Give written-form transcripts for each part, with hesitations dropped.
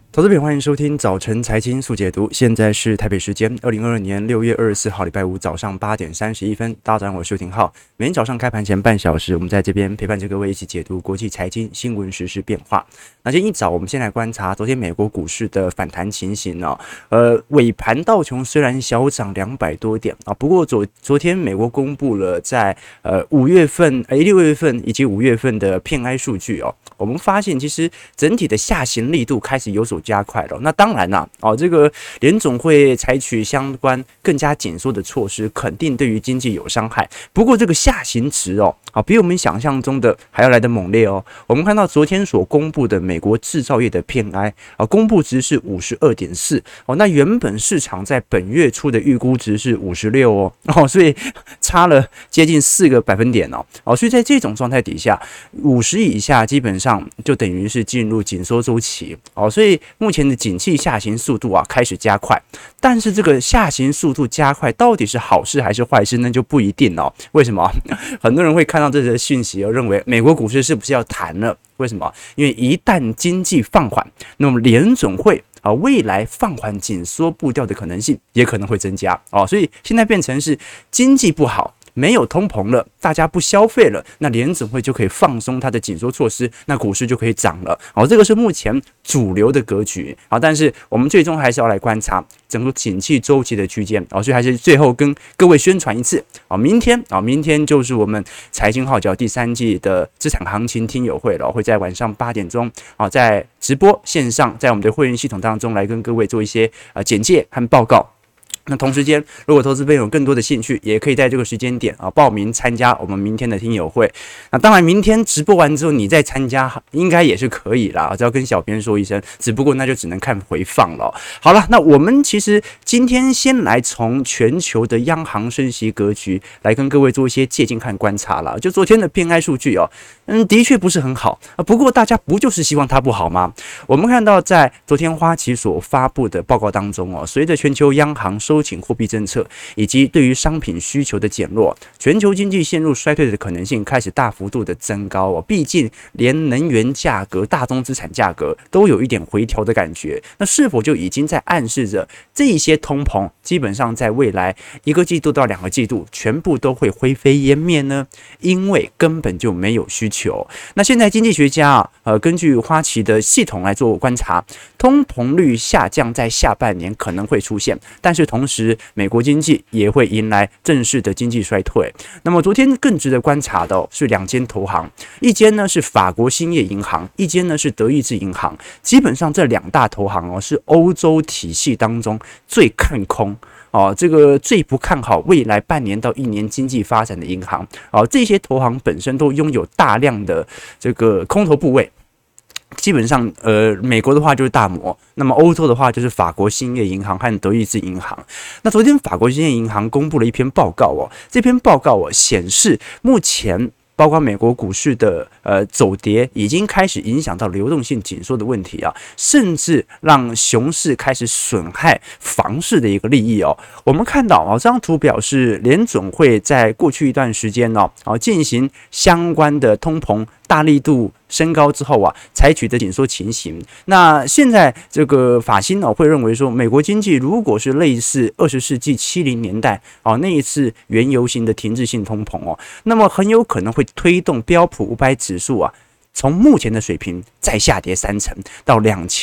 投资朋友，欢迎收听早晨财经速解读。现在是台北时间2022年6月24号礼拜五早上8点31分。大家早上好，我是邱廷浩。每天早上开盘前半小时，我们在这边陪伴着各位一起解读国际财经新闻时事变化。那今天一早，我们先来观察昨天美国股市的反弹情形哦。尾盘道琼虽然小涨200多点啊，不过昨天美国公布了在6月份以及5月份的PMI数据哦。我们发现其实整体的下行力度开始有所加快了。那当然啦，这个联总会采取相关更加紧缩的措施，肯定对于经济有伤害。不过这个下行值比我们想象中的还要来得猛烈哦。我们看到昨天所公布的美国制造业的 PMI 公布值是 52.4 那原本市场在本月初的预估值是56所以差了接近4个百分点所以在这种状态底下，50以下基本上就等于是进入紧缩周期所以目前的景气下行速度开始加快。但是这个下行速度加快到底是好事还是坏事，那就不一定为什么？很多人会看到这则讯息认为美国股市是不是要弹了？为什么？因为一旦经济放缓，那么联总会未来放缓紧缩步调的可能性也可能会增加所以现在变成是经济不好，没有通膨了，大家不消费了，那联总会就可以放松它的紧缩措施，那股市就可以涨了这个是目前主流的格局但是我们最终还是要来观察整个景气周期的区间所以还是最后跟各位宣传一次明天就是我们财经号角第3季的资产行情听友会了，会在晚上8点钟在直播线上，在我们的会员系统当中来跟各位做一些简介和报告。那同时间，如果投资朋友有更多的兴趣，也可以在这个时间点报名参加我们明天的听友会。那当然，明天直播完之后你再参加，应该也是可以啦，只要跟小编说一声。只不过那就只能看回放了。好了，那我们其实今天先来从全球的央行升息格局来跟各位做一些借鉴和观察了。就昨天的 PMI 数据的确不是很好不过大家不就是希望它不好吗？我们看到在昨天花旗所发布的报告当中随着全球央行收紧货币政策以及对于商品需求的减弱，全球经济陷入衰退的可能性开始大幅度的增高毕竟连能源价格、大宗资产价格都有一点回调的感觉，那是否就已经在暗示着这一些通膨基本上在未来1个季度到2个季度全部都会灰飞烟灭呢？因为根本就没有需求。那现在经济学家根据花旗的系统来做观察，通膨率下降在下半年可能会出现，但是同时美国经济也会迎来正式的经济衰退。那么昨天更值得观察的是2间投行，一间呢是法国兴业银行，一间呢是德意志银行。基本上这2大投行是欧洲体系当中最看空这个最不看好未来半年到1年经济发展的银行这些投行本身都拥有大量的这个空头部位。基本上，美国的话就是大摩，那么欧洲的话就是法国兴业银行和德意志银行。那昨天法国兴业银行公布了一篇报告这篇报告显示目前包括美国股市的走跌已经开始影响到流动性紧缩的问题甚至让熊市开始损害房市的一个利益我们看到这张图表示联总会在过去一段时间进行相关的通膨大力度升高之后采取的紧缩情形。那现在这个法新会认为说，美国经济如果是类似20世纪70年代那一次原油型的停滞性通膨那么很有可能会推动标普500指数从目前的水平再下跌3成到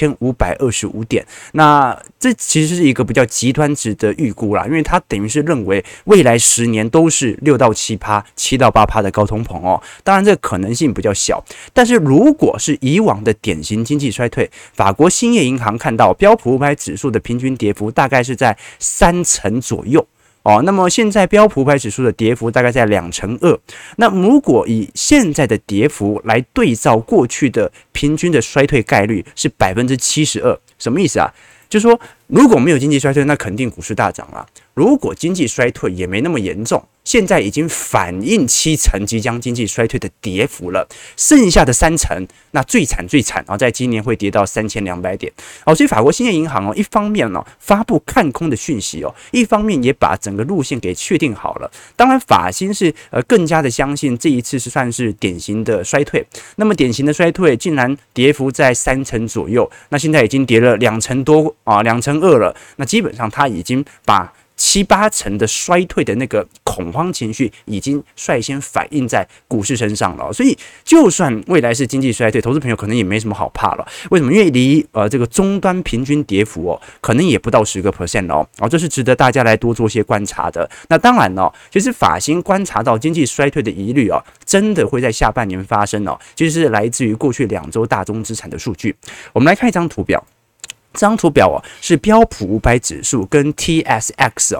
2525点。那这其实是一个比较极端值的预估啦，因为它等于是认为未来10年都是6到7%、7到8%的高通膨当然这个可能性比较小，但是如果是以往的典型经济衰退，法国兴业银行看到标普500指数的平均跌幅大概是在3成左右那么现在标普500指数的跌幅大概在2%。那如果以现在的跌幅来对照过去的平均的衰退概率是72%，什么意思就是说如果没有经济衰退，那肯定股市大涨如果经济衰退也没那么严重， 现在已经反映70%即将经济衰退的跌幅了，剩下的30%，那最惨啊，在今年会跌到3200点哦。所以法国兴业银行哦，一方面哦发布看空的讯息哦，一方面也把整个路线给确定好了。当然，法兴是更加的相信这一次是算是典型的衰退。那么典型的衰退竟然跌幅在3%左右，那现在已经跌了2%多啊，2%2了。那基本上它已经把7-8% 的衰退的那个恐慌情绪已经率先反映在股市身上了，所以就算未来是经济衰退，投资朋友可能也没什么好怕了。为什么？因为离这个终端平均跌幅哦，可能也不到10%哦，这是值得大家来多做些观察的。那当然哦，其实法兴观察到经济衰退的疑虑哦，真的会在下半年发生哦，其实是来自于过去2周大宗资产的数据。我们来看一张图表。这张图表是标普500指数跟 TSX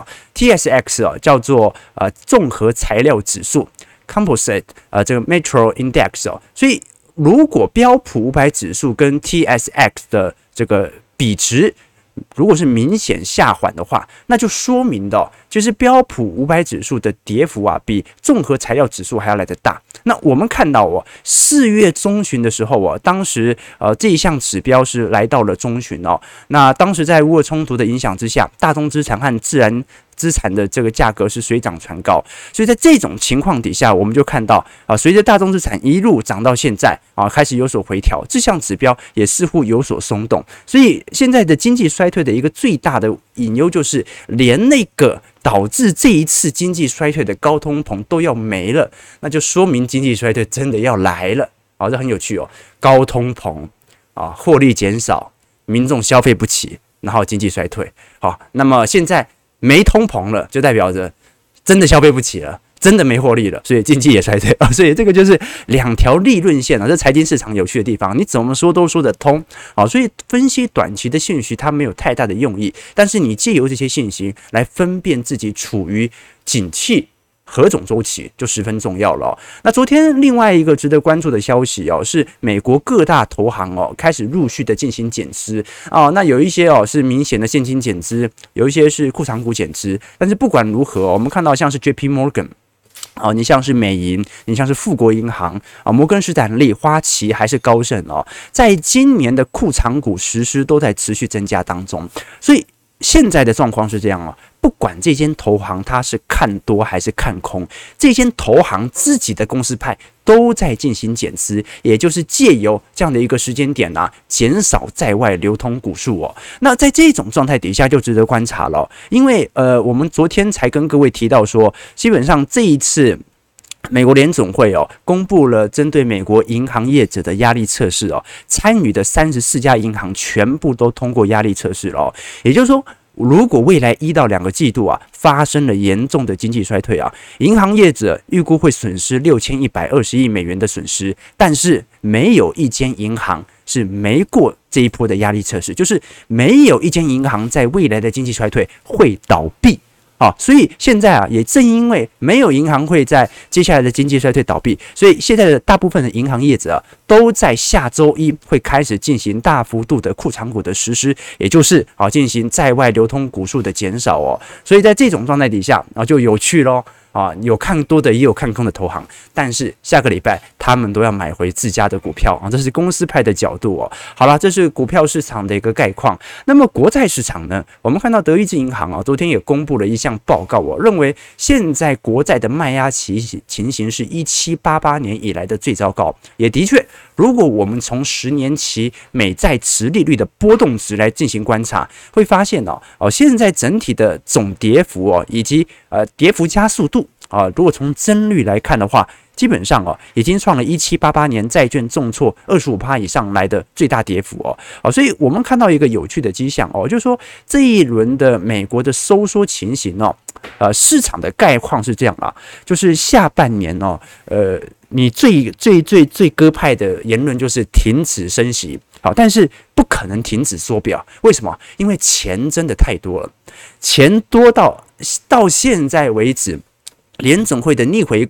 TSX 叫做综合材料指数 Composite 这个 Metro Index 所以如果标普500指数跟 TSX 的这个比值如果是明显下缓的话，那就说明的就是标普500指数的跌幅啊，比综合材料指数还要来得大。那我们看到4月中旬的时候当时这一项指标是来到了中旬那当时在乌俄冲突的影响之下，大宗资产和自然资产的这个价格是水涨船高，所以在这种情况底下，我们就看到随着大宗资产一路涨到现在开始有所回调，这项指标也似乎有所松动。所以现在的经济衰退的一个最大的隐忧就是，连那个导致这一次经济衰退的高通膨都要没了，那就说明经济衰退真的要来了这很有趣高通膨获利减少，民众消费不起，然后经济衰退那么现在没通膨了，就代表着真的消费不起了，真的没获利了，所以经济也衰退所以这个就是2条利润线这财经市场有趣的地方，你怎么说都说得通所以分析短期的信息它没有太大的用意，但是你借由这些信息来分辨自己处于景气何种周期就十分重要了那昨天另外一个值得关注的消息是美国各大投行开始陆续的进行减资那有一些是明显的现金减资，有一些是库藏股减资，但是不管如何我们看到像是 JP Morgan你像是美银，你像是富国银行摩根士丹利、花旗还是高盛在今年的库藏股实施都在持续增加当中，所以现在的状况是这样不管这间投行它是看多还是看空，这间投行自己的公司派都在进行减资，也就是借由这样的一个时间点减少在外流通股数那在这种状态底下就值得观察了，因为我们昨天才跟各位提到说，基本上这一次美国联总会公布了针对美国银行业者的压力测试参与的34家银行全部都通过压力测试了也就是说，如果未来1到2个季度发生了严重的经济衰退银行业者预估会损失6120亿美元的损失，但是没有一间银行是没过这一波的压力测试，就是没有一间银行在未来的经济衰退会倒闭所以现在也正因为没有银行会在接下来的经济衰退倒闭，所以现在的大部分的银行业者都在下周一会开始进行大幅度的库藏股的实施，也就是进行在外流通股数的减少所以在这种状态底下就有趣咯有看多的也有看空的投行，但是下个礼拜他们都要买回自家的股票这是公司派的角度好了，这是股票市场的一个概况。那么国债市场呢？我们看到德意志银行昨天也公布了一项报告认为现在国债的卖压情形是1788年以来的最糟糕。也的确，如果我们从10年期美债殖利率的波动值来进行观察，会发现现在整体的总跌幅以及跌幅加速度如果从增率来看的话，基本上已经创了1788年债券重挫25%以上来的最大跌幅所以我们看到一个有趣的迹象就是说这一轮的美国的收缩情形市场的概况是这样就是下半年你最鸽派的言论就是停止升息但是不可能停止缩表，为什么？因为钱真的太多了，钱多到现在为止，联总会的逆回购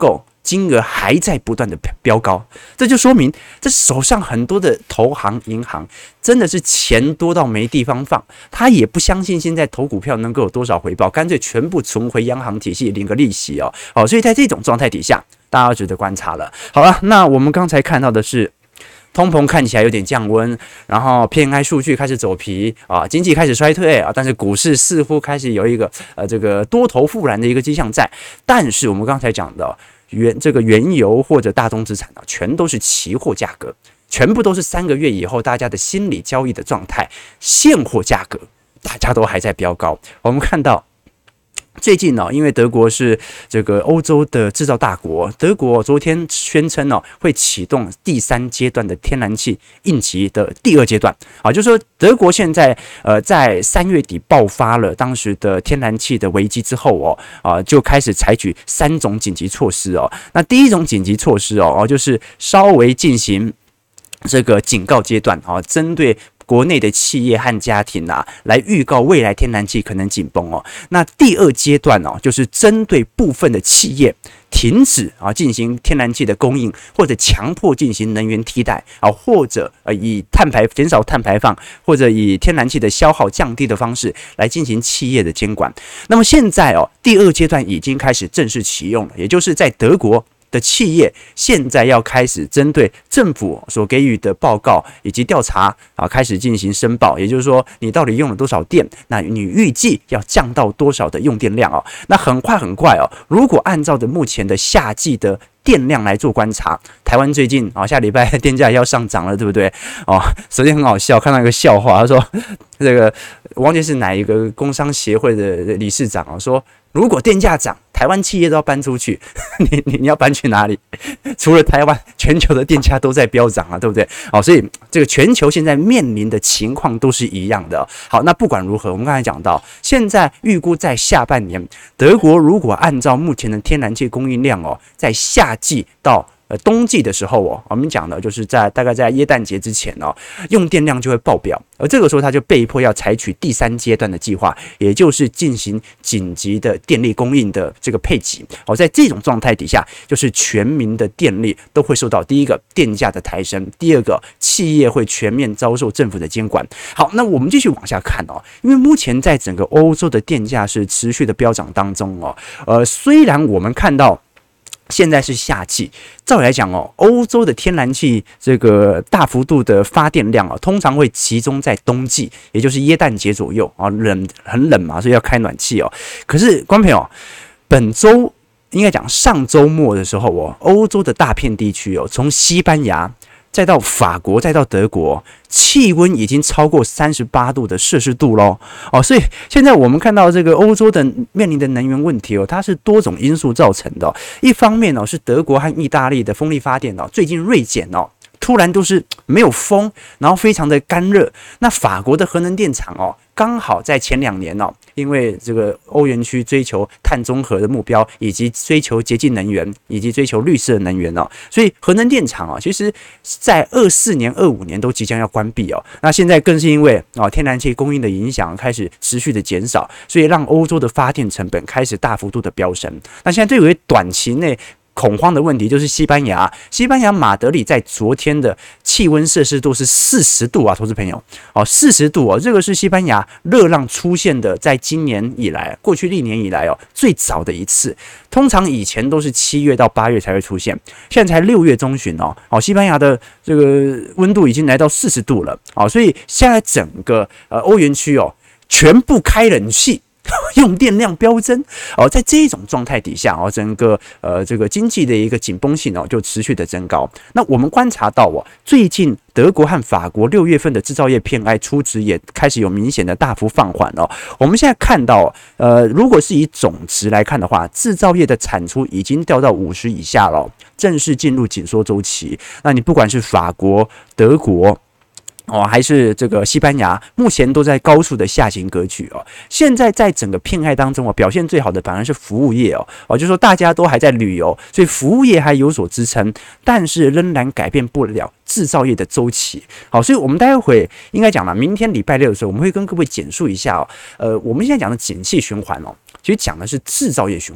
金额还在不断的飙高，这就说明这手上很多的投行、银行真的是钱多到没地方放，他也不相信现在投股票能够有多少回报，干脆全部存回央行体系领个利息哦。所以在这种状态底下，大家值得观察了。好了，那我们刚才看到的是通膨看起来有点降温，然后 PMI 数据开始走皮啊，经济开始衰退啊，但是股市似乎开始有一个这个多头复燃的一个迹象在。但是我们刚才讲的这个原油或者大宗资产全都是期货价格，全部都是3个月以后大家的心理交易的状态，现货价格大家都还在飙高。我们看到最近因为德国是这个欧洲的制造大国，德国昨天宣称会启动第3阶段的天然气应急的第2阶段啊，就是说德国现在在3月底爆发了当时的天然气的危机之后就开始采取3种紧急措施那第一种紧急措施就是稍微进行这个警告阶段针对国内的企业和家庭来预告未来天然气可能紧绷那第2阶段就是针对部分的企业停止进行天然气的供应，或者强迫进行能源替代或者以减少碳排放，或者以天然气的消耗降低的方式来进行企业的监管。那么现在第2阶段已经开始正式启用了，也就是在德国的企业现在要开始针对政府所给予的报告以及调查开始进行申报，也就是说你到底用了多少电，那你预计要降到多少的用电量那很快如果按照着目前的夏季的电量来做观察，台湾最近下礼拜电价要上涨了，对不对昨天很好笑，看到一个笑话，他说这个我忘记是哪一个工商协会的理事长说，如果电价涨，台湾企业都要搬出去，你要搬去哪里？除了台湾，全球的电价都在飙涨对不对？所以这个全球现在面临的情况都是一样的。好，那不管如何，我们刚才讲到，现在预估在下半年，德国如果按照目前的天然气供应量在夏季到冬季的时候我们讲的就是大概在耶诞节之前用电量就会爆表，而这个时候他就被迫要采取第3阶段的计划，也就是进行紧急的电力供应的这个配给在这种状态底下，就是全民的电力都会受到第一个电价的抬升，第二个企业会全面遭受政府的监管。好，那我们继续往下看因为目前在整个欧洲的电价是持续的飙涨当中虽然我们看到现在是夏季，照理来讲欧洲的天然气这个大幅度的发电量通常会集中在冬季，也就是耶诞节左右很冷嘛，所以要开暖气可是观众朋友，本周应该讲上周末的时候欧洲的大片地区从西班牙再到法国，再到德国，气温已经超过38度的摄氏度咯所以现在我们看到这个欧洲的面临的能源问题它是多种因素造成的一方面是德国和意大利的风力发电最近锐减突然都是没有风，然后非常的干热。那法国的核能电厂刚好在前2年因为这个欧元区追求碳中和的目标，以及追求洁净能源，以及追求绿色的能源所以核能电厂其实在24年、25年都即将要关闭那现在更是因为天然气供应的影响开始持续的减少，所以让欧洲的发电成本开始大幅度的飙升。那现在对于短期内恐慌的问题就是西班牙马德里在昨天的气温摄氏度是40度投资朋友40度这个是西班牙热浪出现的在今年以来过去历年以来最早的一次，通常以前都是7月到8月才会出现，现在才6月中旬西班牙的这个温度已经来到40度了所以现在整个欧元区全部开冷气用电量飙增在这种状态底下整个这个经济的一个紧绷性就持续的增高。那我们观察到最近德国和法国6月份的制造业PMI初值也开始有明显的大幅放缓我们现在看到如果是以总值来看的话，制造业的产出已经掉到50以下了正式进入紧缩周期。那你不管是法国、德国还是这个西班牙，目前都在高速的下行格局现在在整个PMI当中表现最好的反而是服务业就是说大家都还在旅游，所以服务业还有所支撑，但是仍然改变不了制造业的周期。好，所以我们待会应该讲了，明天礼拜6的时候，我们会跟各位简述一下我们现在讲的景气循环其实讲的是制造业循环。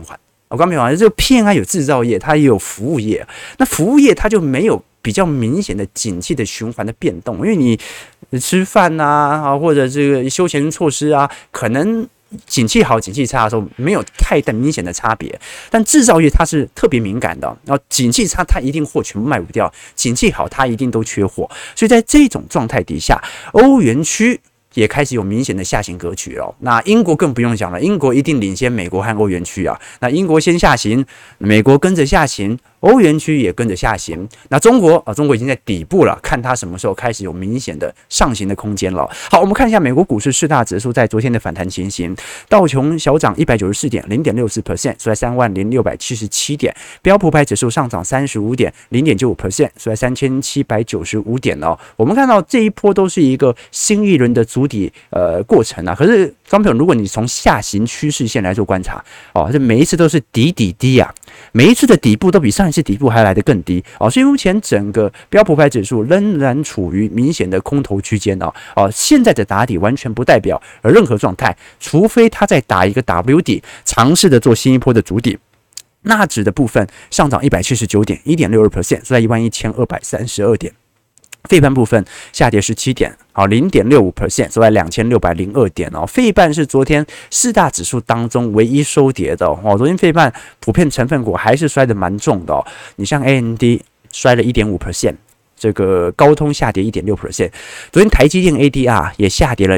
我刚没有啊，这个 PMI 有制造业，它也有服务业，那服务业它就没有比较明显的景气的循环的变动，因为你吃饭啊，或者这个休闲措施啊，可能景气好、景气差的时候没有太大明显的差别，但制造业它是特别敏感的，然后景气差它一定货全部卖不掉，景气好它一定都缺货，所以在这种状态底下，欧元区也开始有明显的下行格局了。那英国更不用讲了，英国一定领先美国和欧元区啊。那英国先下行，美国跟着下行，欧元区也跟着下行。那中国已经在底部了，看它什么时候开始有明显的上行的空间了。好，我们看一下美国股市四大指数在昨天的反弹情形。道琼小涨194点 0.64%， 收在30677点。标普500指数上涨35点 0.95%， 收在3795点哦。我们看到这一波都是一个新一轮的筑底过程啊。可是观众朋友，如果你从下行趋势线来做观察哦，这每一次都是底底低啊，每一次的底部都比上一次底部还来得更低哦。所以目前整个标普500指数仍然处于明显的空头区间哦。现在的打底完全不代表任何状态，除非它再打一个 W 底，尝试的做新一波的筑底。纳指的部分上涨179点 1.62%， 收在11232点。费半部分下跌17点，0.65%， 收在2602点哦。费半是昨天四大指数当中唯一收跌的哦。昨天费半普遍成分股还是摔得蛮重的哦。你像 AMD 摔了 1.5%。这个高通下跌 1.6%， 昨天台积电 ADR 也下跌了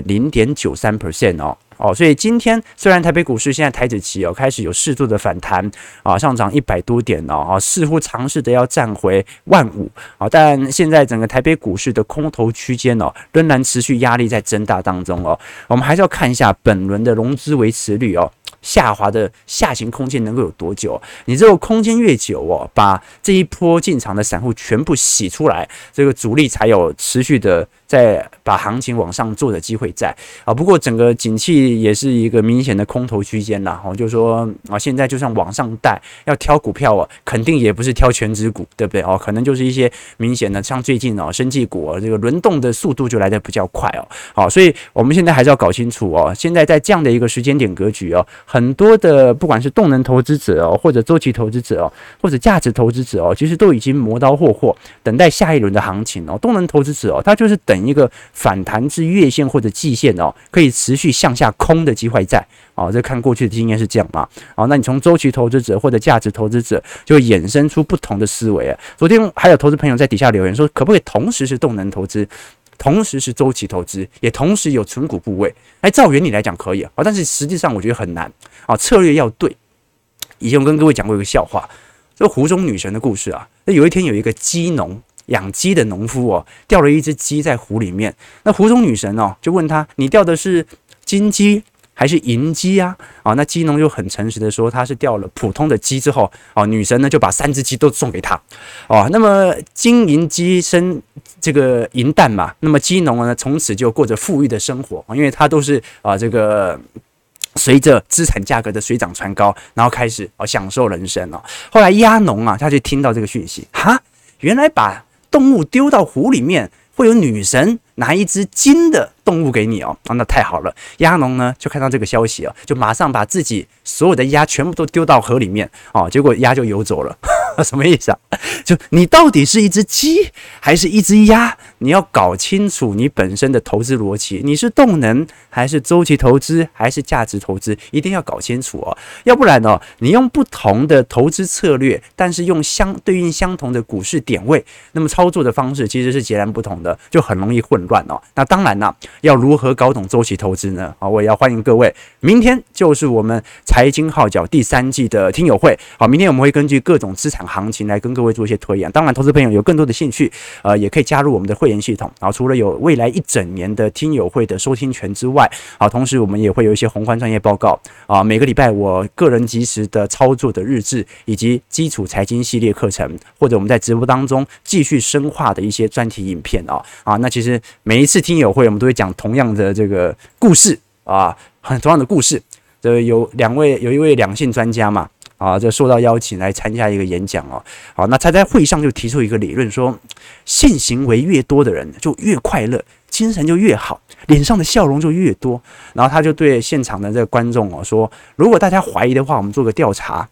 0.93% 哦。所以今天虽然台北股市现在台指期开始有适度的反弹啊，上涨100多点哦，似乎尝试的要站回15000啊，但现在整个台北股市的空头区间仍然持续压力在增大当中哦。我们还是要看一下本轮的融资维持率下滑的下行空间能够有多久？你这个空间越久把这一波进场的散户全部洗出来，这个主力才有持续的再把行情往上做的机会在啊。不过整个景气也是一个明显的空头区间啦，就是说现在就算往上带，要挑股票肯定也不是挑全指股，对不对可能就是一些明显的，像最近生技股这个轮动的速度就来得比较快好，所以我们现在还是要搞清楚现在在这样的一个时间点格局很多的不管是动能投资者或者周期投资者或者价值投资者其实都已经磨刀霍霍，等待下一轮的行情动能投资者他就是等一个反弹至月线或者季线可以持续向下空的机会在这看过去的经验是这样嘛那你从周期投资者或者价值投资者就衍生出不同的思维昨天还有投资朋友在底下留言说，可不可以同时是动能投资？同时是周期投资，也同时有存股部位。照原理来讲可以但是实际上我觉得很难策略要对。以前我跟各位讲过一个笑话，这湖中女神的故事有一天有一个鸡农养鸡的农夫钓了一只鸡在湖里面，那湖中女神就问他，你钓的是金鸡还是银鸡啊？那鸡农就很诚实的说他是钓了普通的鸡之后女神呢就把3只鸡都送给他那么金银鸡生这个银蛋嘛，那么鸡农呢从此就过着富裕的生活因为他都是这个随着资产价格的水涨船高，然后开始享受人生后来鸭农他就听到这个讯息，原来把动物丢到湖里面会有女神拿一只金的动物给你那太好了。鸭农呢就看到这个消息就马上把自己所有的鸭全部都丢到河里面结果鸭就游走了。什么意思就你到底是一只鸡还是一只鸭？你要搞清楚你本身的投资逻辑，你是动能还是周期投资还是价值投资，一定要搞清楚要不然你用不同的投资策略，但是用对应相同的股市点位，那么操作的方式其实是截然不同的，就很容易混乱那当然要如何搞懂周期投资呢？我也要欢迎各位，明天就是我们财经号角第3季的听友会明天我们会根据各种资产行情来跟各位做一些推演。当然投资朋友有更多的兴趣也可以加入我们的会员系统除了有未来1整年的听友会的收听权之外同时我们也会有一些宏观专业报告每个礼拜我个人即时的操作的日志，以及基础财经系列课程，或者我们在直播当中继续深化的一些专题影片那其实每一次听友会我们都会讲同样的这个故事同样的故事。有一位两性专家嘛这受到邀请来参加一个演讲好，那他在会上就提出一个理论，说性行为越多的人就越快乐，精神就越好，脸上的笑容就越多。然后他就对现场的这个观众说，如果大家怀疑的话，我们做个调查，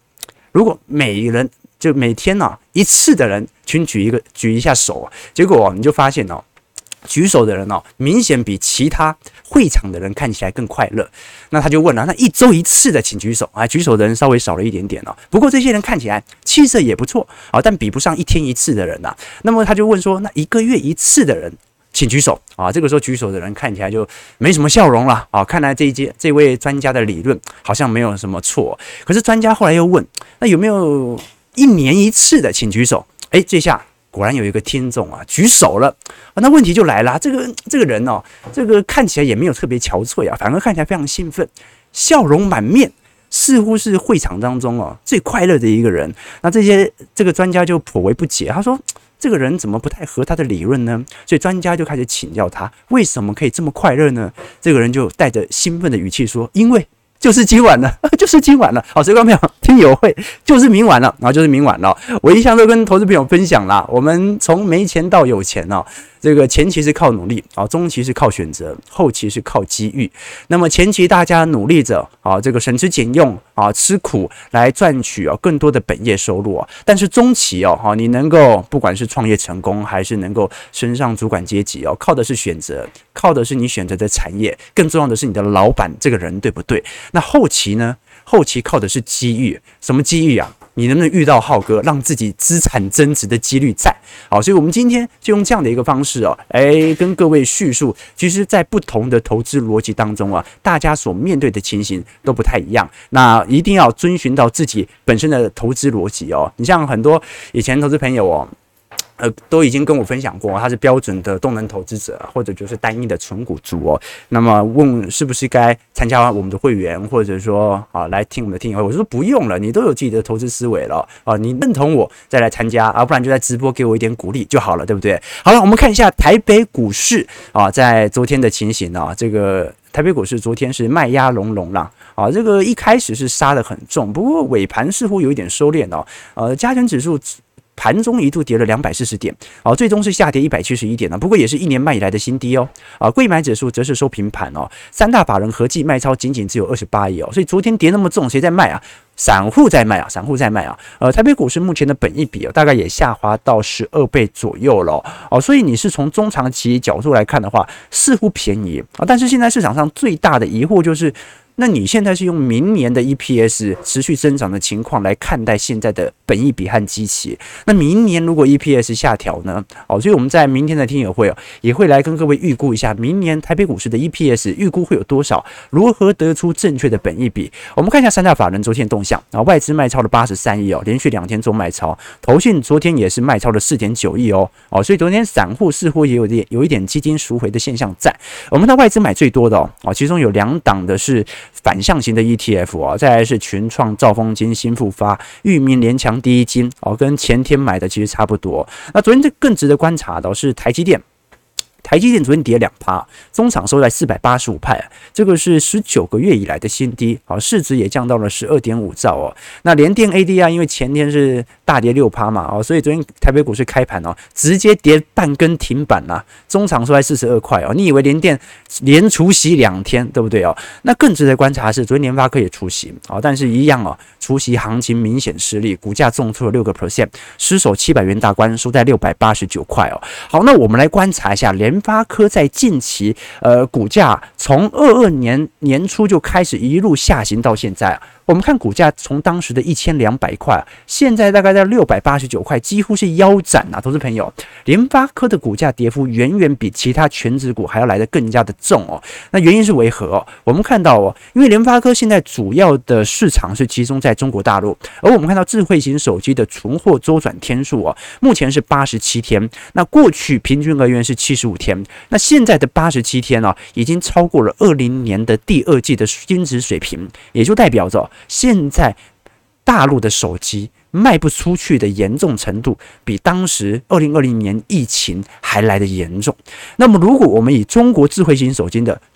如果每天一次的人请举一下手结果你就发现举手的人明显比其他会场的人看起来更快乐。那他就问了，那一周一次的请举手举手的人稍微少了一点点不过这些人看起来气色也不错但比不上一天一次的人那么他就问说，那一个月一次的人请举手这个时候举手的人看起来就没什么笑容了看来这位专家的理论好像没有什么错。可是专家后来又问，那有没有1年一次的请举手？这下果然有一个听众举手了那问题就来了，这个人这个看起来也没有特别憔悴反而看起来非常兴奋，笑容满面，似乎是会场当中最快乐的一个人。那这个专家就颇为不解，他说这个人怎么不太合他的理论呢？所以专家就开始请教他，为什么可以这么快乐呢？这个人就带着兴奋的语气说，因为就是今晚了，就是今晚了。好，所以观众朋友，听友会就是明晚了，然后就是明晚了。我一向都跟投资朋友分享啦，我们从没钱到有钱这个前期是靠努力中期是靠选择，后期是靠机遇。那么前期大家努力着这个省吃俭用吃苦来赚取更多的本业收入但是中期你能够不管是创业成功，还是能够升上主管阶级靠的是选择，靠的是你选择的产业，更重要的是你的老板这个人对不对？那后期呢？后期靠的是机遇，什么机遇你能不能遇到浩哥，让自己资产增值的几率在？好，所以我们今天就用这样的一个方式跟各位叙述，其实在不同的投资逻辑当中大家所面对的情形都不太一样。那一定要遵循到自己本身的投资逻辑你像很多以前投资朋友都已经跟我分享过，他是标准的动能投资者，或者就是单一的纯股族那么问是不是该参加我们的会员，或者说来听我们的听友会，我说不用了，你都有自己的投资思维了你认同我再来参加不然就在直播给我一点鼓励就好了，对不对？好了，我们看一下台北股市在昨天的情形这个台北股市昨天是卖压隆隆啦这个一开始是杀得很重，不过尾盘似乎有一点收敛加权指数盘中一度跌了240点最终是下跌171点不过也是1年半以来的新低柜买指数则是收平盘三大法人合计卖超仅仅只有28亿所以昨天跌那么重，谁在卖散户在卖散户在卖台北股市目前的本益比大概也下滑到12倍左右了所以你是从中长期角度来看的话，似乎便宜但是现在市场上最大的疑惑就是，那你现在是用明年的 EPS 持续增长的情况来看待现在的本益比和基期，那明年如果 EPS 下调呢所以我们在明天的听友会也会来跟各位预估一下明年台北股市的 EPS 预估会有多少，如何得出正确的本益比。我们看一下三大法人昨天的动向外资卖超了83亿连续2天做卖超，投信昨天也是卖超了 4.9 亿所以昨天散户似乎也有一点基金赎回的现象在。我们看到外资买最多的其中有2档的是反向型的 ETF再来是群创、兆丰金、新复发、裕民、联强、第一金跟前天买的其实差不多。那昨天这更值得观察的是台积电。台积电昨天跌 2%， 中场收在485块，这个是19个月以来的新低，市值也降到了 12.5 兆那联电 ADR 因为前天是大跌 6% 嘛所以昨天台北股市开盘直接跌半根停板中场收在42块你以为联电连除息2天对不对那更值得观察的是昨天联发科也除息但是一样除息行情明显失利，股价重挫了 6%， 失守700元大关，收在689块好，那我们来观察一下联发科在近期股价从22年年初就开始一路下行到现在我们看股价从当时的1200块，现在大概在689块，几乎是腰斩投资朋友，联发科的股价跌幅远远比其他全指股还要来得更加的重那原因是为何我们看到因为联发科现在主要的市场是集中在中国大陆，而我们看到智慧型手机的存货周转天数目前是87天，那过去平均而言是75天，那现在的87天已经超过了20年的第2季的均值水平，也就代表着现在大陆的手机卖不出去的严重程度比当时2020年疫情还来得严重。那么如果我们以中国智慧型手机的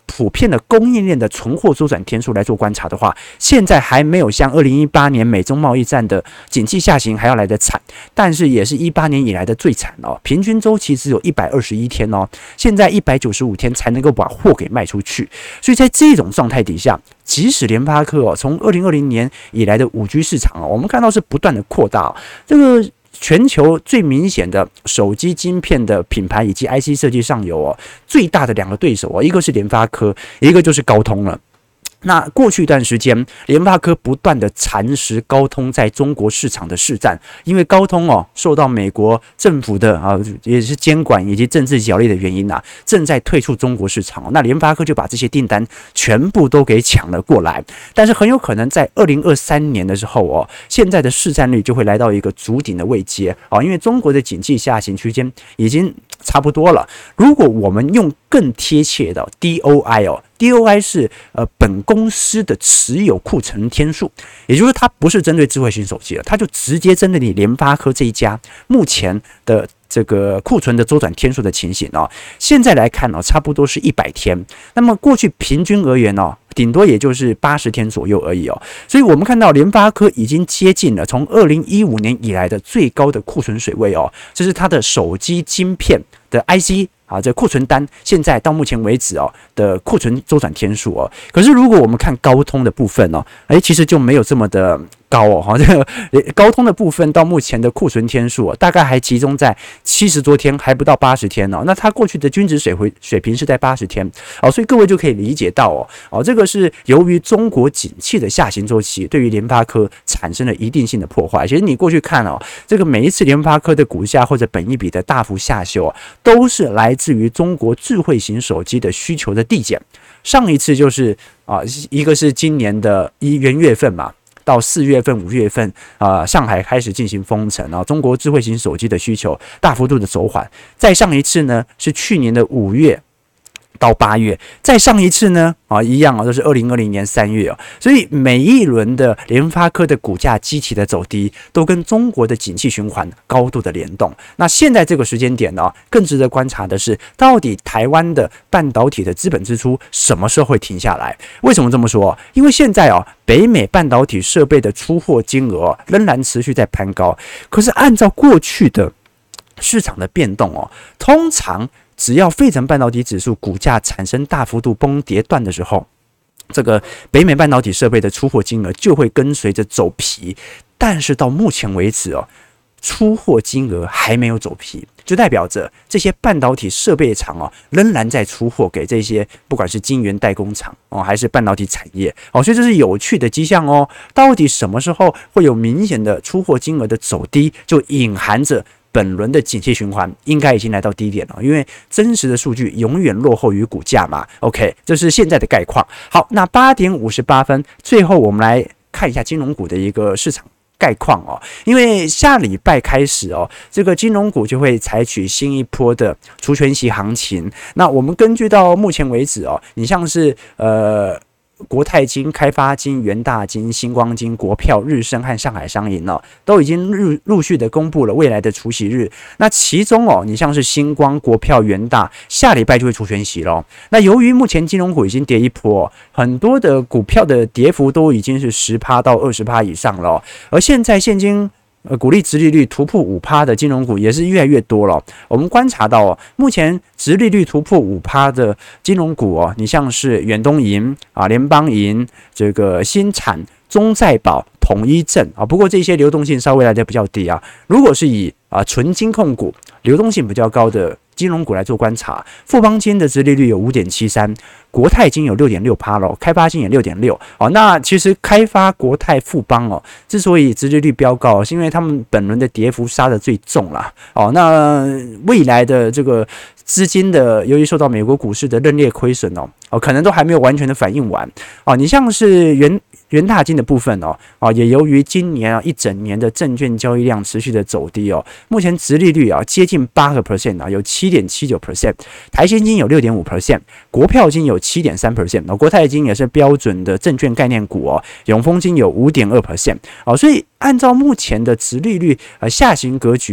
普遍的供应链的存货周转天数来做观察的话，现在还没有像2018年美中贸易战的景气下行还要来得惨，但是也是18年以来的最惨哦。平均周期只有121天哦，现在195天才能够把货给卖出去。所以在这种状态底下，即使联发科哦，从2020年以来的5G 市场哦，我们看到是不断的扩大哦，这个全球最明显的手机晶片的品牌以及 IC 设计上游哦，最大的2个对手哦，一个是联发科，一个就是高通了。那过去一段时间，联发科不断的蚕食高通在中国市场的市占，因为高通哦受到美国政府的也是监管以及政治角力的原因啊，正在退出中国市场。那联发科就把这些订单全部都给抢了过来，但是很有可能在2023年的时候哦，现在的市占率就会来到一个筑顶的位阶哦，因为中国的景气下行区间已经差不多了。如果我们用更贴切的 DOI 哦。DOI 是本公司的持有库存天数，也就是它不是针对智慧型手机了，它就直接针对你联发科这一家目前的这个库存的周转天数的情形哦。现在来看哦，差不多是100天。那么过去平均而言哦，顶多也就是80天左右而已哦。所以我们看到联发科已经接近了从2015年以来的最高的库存水位哦，这是它的手机晶片的 IC。这库存单现在到目前为止哦的库存周转天数哦，可是如果我们看高通的部分哦，其实就没有这么的高哦，这个高通的部分到目前的库存天数大概还集中在70多天，还不到80天哦。那它过去的均值水平是在80天哦，所以各位就可以理解到这个是由于中国景气的下行周期对于联发科产生了一定性的破坏。其实你过去看这个每一次联发科的股价或者本益比的大幅下修都是来自于中国智慧型手机的需求的递减。上一次就是一个是今年的元月份嘛。到4月份、5月份上海开始进行封城中国智慧型手机的需求大幅度的走缓。再上一次呢是去年的5月到8月，再上一次呢一样都是2020年3月所以每一轮的联发科的股价基期的走低，都跟中国的景气循环高度的联动。那现在这个时间点更值得观察的是，到底台湾的半导体的资本支出什么时候会停下来？为什么这么说？因为现在北美半导体设备的出货金额仍然持续在攀高，可是按照过去的市场的变动通常只要费城半导体指数股价产生大幅度崩跌段的时候，这个北美半导体设备的出货金额就会跟随着走皮。但是到目前为止出货金额还没有走皮，就代表着这些半导体设备厂仍然在出货给这些不管是晶圆代工厂还是半导体产业所以这是有趣的迹象到底什么时候会有明显的出货金额的走低，就隐含着本轮的景气循环应该已经来到低点了，因为真实的数据永远落后于股价嘛。OK， 这是现在的概况。好，那8点58分，最后我们来看一下金融股的一个市场概况因为下礼拜开始这个金融股就会采取新一波的除权息行情。那我们根据到目前为止你像是国泰金、开发金、元大金、星光金、国票、日盛和上海商银都已经陆续的公布了未来的除息日。那其中你像是星光、国票、元大，下礼拜就会除权息咯。那由于目前金融股已经跌一波很多的股票的跌幅都已经是10%到20%以上了而现在现金股利殖利率突破 5% 的金融股也是越来越多了。我们观察到目前殖利率突破 5% 的金融股你像是远东银联邦银、这个新产、中再保、统一证不过这些流动性稍微来的比较低如果是以纯金控股流动性比较高的金融股来做观察，富邦金的殖利率有 5.73%， 国泰金有 6.6% 了，开发金也 6.6%那其实开发、国泰、富邦之所以殖利率飙高是因为他们本轮的跌幅杀得最重啦那未来的这个资金的由于受到美国股市的认列亏损可能都还没有完全的反应完你像是元大金的部分也由于今年一整年的证券交易量持续的走低目前殖利率接近 8% 有 7.79%， 台新金有 6.5%， 国票金有 7.3%， 国泰金也是标准的证券概念股永丰金有 5.2% 所以按照目前的殖利率下行格局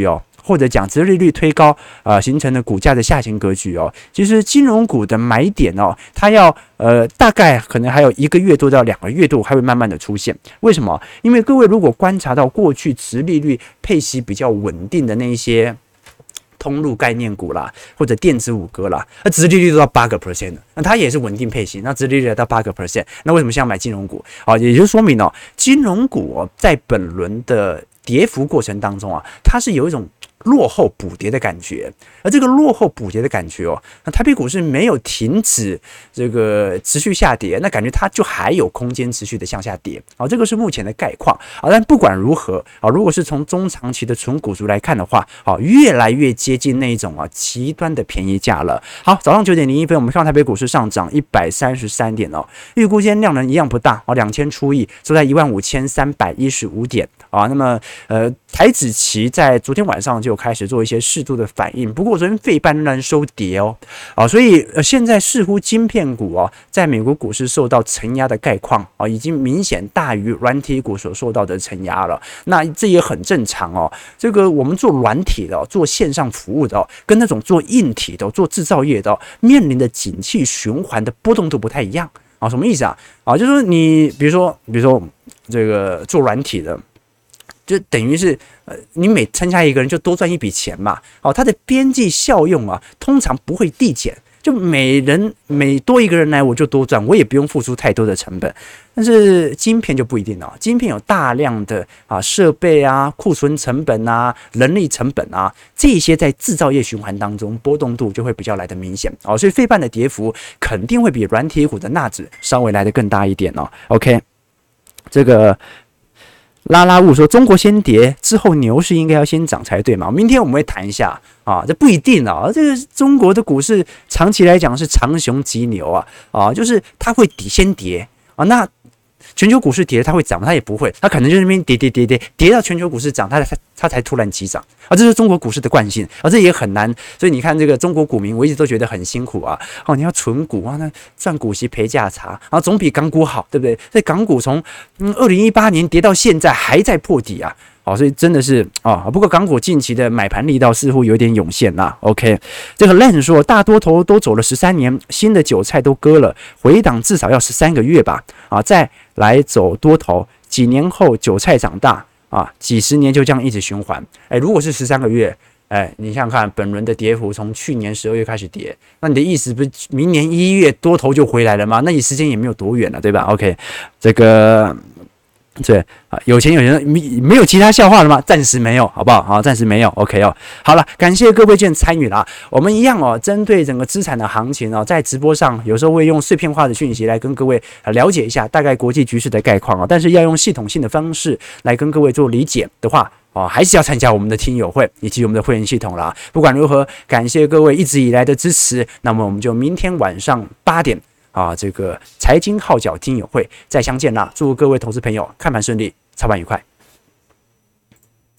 或者讲殖利率推高形成的股价的下行格局哦，其实金融股的买点哦，它要大概可能还有1个月多到2个月多还会慢慢的出现。为什么？因为各位如果观察到过去殖利率配息比较稳定的那一些通路概念股啦，或者电子五哥啦，那殖利率都到8%了，那它也是稳定配息，那殖利率到8%，那为什么现在买金融股？也就说明哦，金融股在本轮的跌幅过程当中啊，它是有一种落后补跌的感觉，而这个落后补跌的感觉那台北股市没有停止这个持续下跌，那感觉它就还有空间持续的向下跌这个是目前的概况但不管如何如果是从中长期的纯股族来看的话越来越接近那种极端的便宜价了。好，早上9点01分，我们看到台北股市上涨133点预估今天量能一样不大2000出亿，收在15315点那么台指期在昨天晚上就开始做一些适度的反应，不过昨天费半仍然收跌所以现在似乎晶片股在美国股市受到承压的概况已经明显大于软体股所受到的承压了。那这也很正常这个我们做软体的做线上服务的跟那种做硬体的做制造业的面临的景气循环的波动都不太一样什么意思就是说你比如说这个做软体的，就等于是你每参加一个人就多赚一笔钱嘛它的边际效用通常不会递减，就每多一个人来我就多赚，我也不用付出太多的成本。但是晶片就不一定晶片有大量的设备库存成本人力成本这些在制造业循环当中波动度就会比较来得明显所以费半的跌幅肯定会比软体股的纳指稍微来得更大一点OK， 这个拉拉物说中国先跌之后牛市应该要先涨才对嘛？明天我们会谈一下这不一定这个中国的股市长期来讲是长熊急牛就是它会先跌那全球股市跌它会涨吗？它也不会，它可能就那边跌到全球股市涨，它才突然急涨这是中国股市的惯性这也很难。所以你看这个中国股民，我一直都觉得很辛苦你要存股那赚股息赔价差总比港股好，对不对？所以港股从2018年跌到现在还在破底所以真的是不过港股近期的买盘力道似乎有点涌现OK， 这个 Len 说大多头都走了13年，新的韭菜都割了，回档至少要13个月吧再来走多头，几年后韭菜长大几十年就这样一直循环。如果是13个月，你想想看，本轮的跌幅从去年12月开始跌，那你的意思不是明年1月多头就回来了吗？那你时间也没有多远了，对吧 ？OK， 这个。对有钱没有其他笑话了吗？暂时没有，好不好？暂时没有 ，OK 好了，感谢各位今天参与啦。我们一样针对整个资产的行情在直播上有时候会用碎片化的讯息来跟各位了解一下大概国际局势的概况但是要用系统性的方式来跟各位做理解的话还是要参加我们的听友会以及我们的会员系统啦。不管如何，感谢各位一直以来的支持。那么我们就明天晚上8点。这个财经号角听友会再相见啦！祝各位投资朋友看盘顺利，操盘愉快。